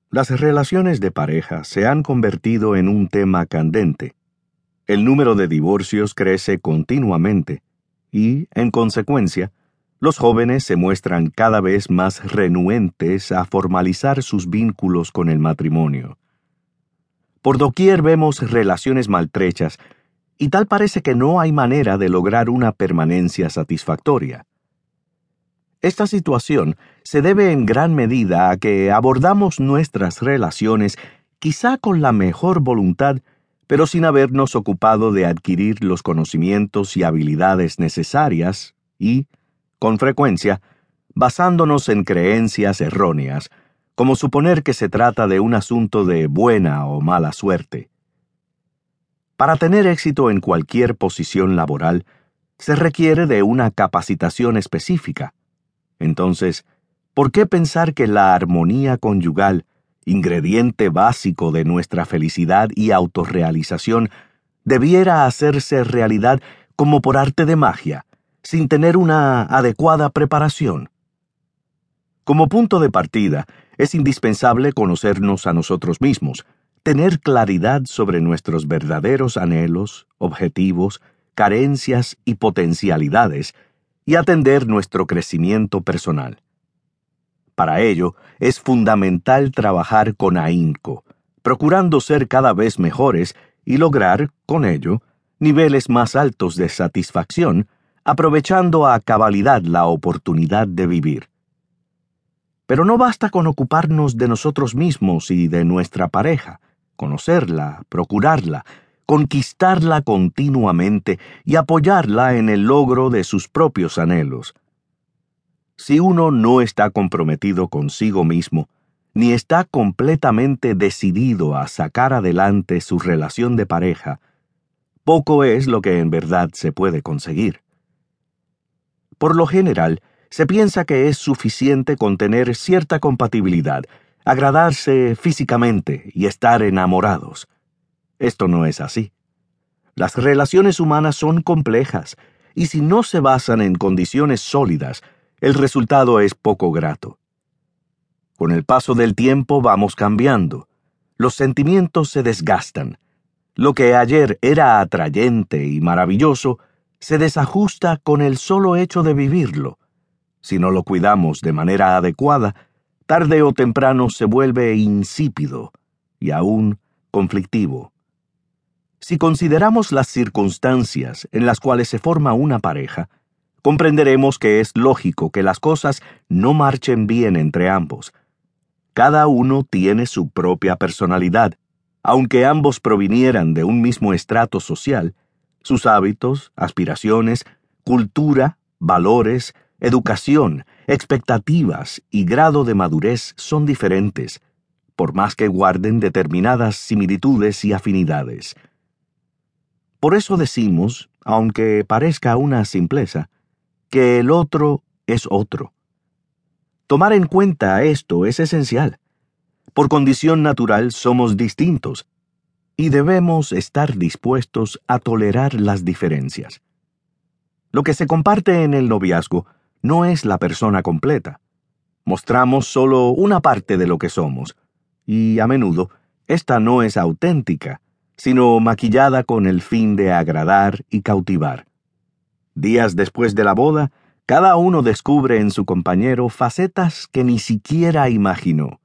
Las relaciones de pareja se han convertido en un tema candente. El número de divorcios crece continuamente y, en consecuencia, los jóvenes se muestran cada vez más renuentes a formalizar sus vínculos con el matrimonio. Por doquier vemos relaciones maltrechas y tal parece que no hay manera de lograr una permanencia satisfactoria. Esta situación se debe en gran medida a que abordamos nuestras relaciones quizá con la mejor voluntad, pero sin habernos ocupado de adquirir los conocimientos y habilidades necesarias y, con frecuencia, basándonos en creencias erróneas, como suponer que se trata de un asunto de buena o mala suerte. Para tener éxito en cualquier posición laboral, se requiere de una capacitación específica. Entonces, ¿por qué pensar que la armonía conyugal, ingrediente básico de nuestra felicidad y autorrealización, debiera hacerse realidad como por arte de magia, sin tener una adecuada preparación? Como punto de partida, es indispensable conocernos a nosotros mismos, tener claridad sobre nuestros verdaderos anhelos, objetivos, carencias y potencialidades, y atender nuestro crecimiento personal. Para ello, es fundamental trabajar con ahínco, procurando ser cada vez mejores y lograr, con ello, niveles más altos de satisfacción, aprovechando a cabalidad la oportunidad de vivir. Pero no basta con ocuparnos de nosotros mismos y de nuestra pareja, conocerla, procurarla, conquistarla continuamente y apoyarla en el logro de sus propios anhelos. Si uno no está comprometido consigo mismo, ni está completamente decidido a sacar adelante su relación de pareja, poco es lo que en verdad se puede conseguir. Por lo general, se piensa que es suficiente con tener cierta compatibilidad, agradarse físicamente y estar enamorados. Esto no es así. Las relaciones humanas son complejas, y si no se basan en condiciones sólidas, el resultado es poco grato. Con el paso del tiempo vamos cambiando. Los sentimientos se desgastan. Lo que ayer era atrayente y maravilloso se desajusta con el solo hecho de vivirlo. Si no lo cuidamos de manera adecuada, tarde o temprano se vuelve insípido y aún conflictivo. Si consideramos las circunstancias en las cuales se forma una pareja, comprenderemos que es lógico que las cosas no marchen bien entre ambos. Cada uno tiene su propia personalidad. Aunque ambos provinieran de un mismo estrato social, sus hábitos, aspiraciones, cultura, valores, educación, expectativas y grado de madurez son diferentes, por más que guarden determinadas similitudes y afinidades. Por eso decimos, aunque parezca una simpleza, que el otro es otro. Tomar en cuenta esto es esencial. Por condición natural somos distintos, y debemos estar dispuestos a tolerar las diferencias. Lo que se comparte en el noviazgo no es la persona completa. Mostramos solo una parte de lo que somos, y a menudo esta no es auténtica, sino maquillada con el fin de agradar y cautivar. Días después de la boda, cada uno descubre en su compañero facetas que ni siquiera imaginó.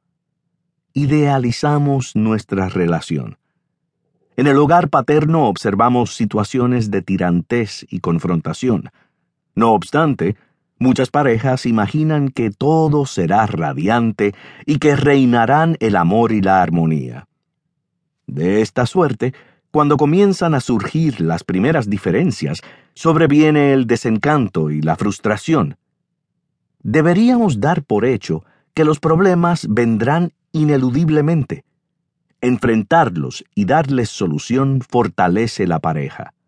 Idealizamos nuestra relación. En el hogar paterno observamos situaciones de tirantez y confrontación. No obstante, muchas parejas imaginan que todo será radiante y que reinarán el amor y la armonía. De esta suerte, cuando comienzan a surgir las primeras diferencias, sobreviene el desencanto y la frustración. Deberíamos dar por hecho que los problemas vendrán ineludiblemente. Enfrentarlos y darles solución fortalece la pareja.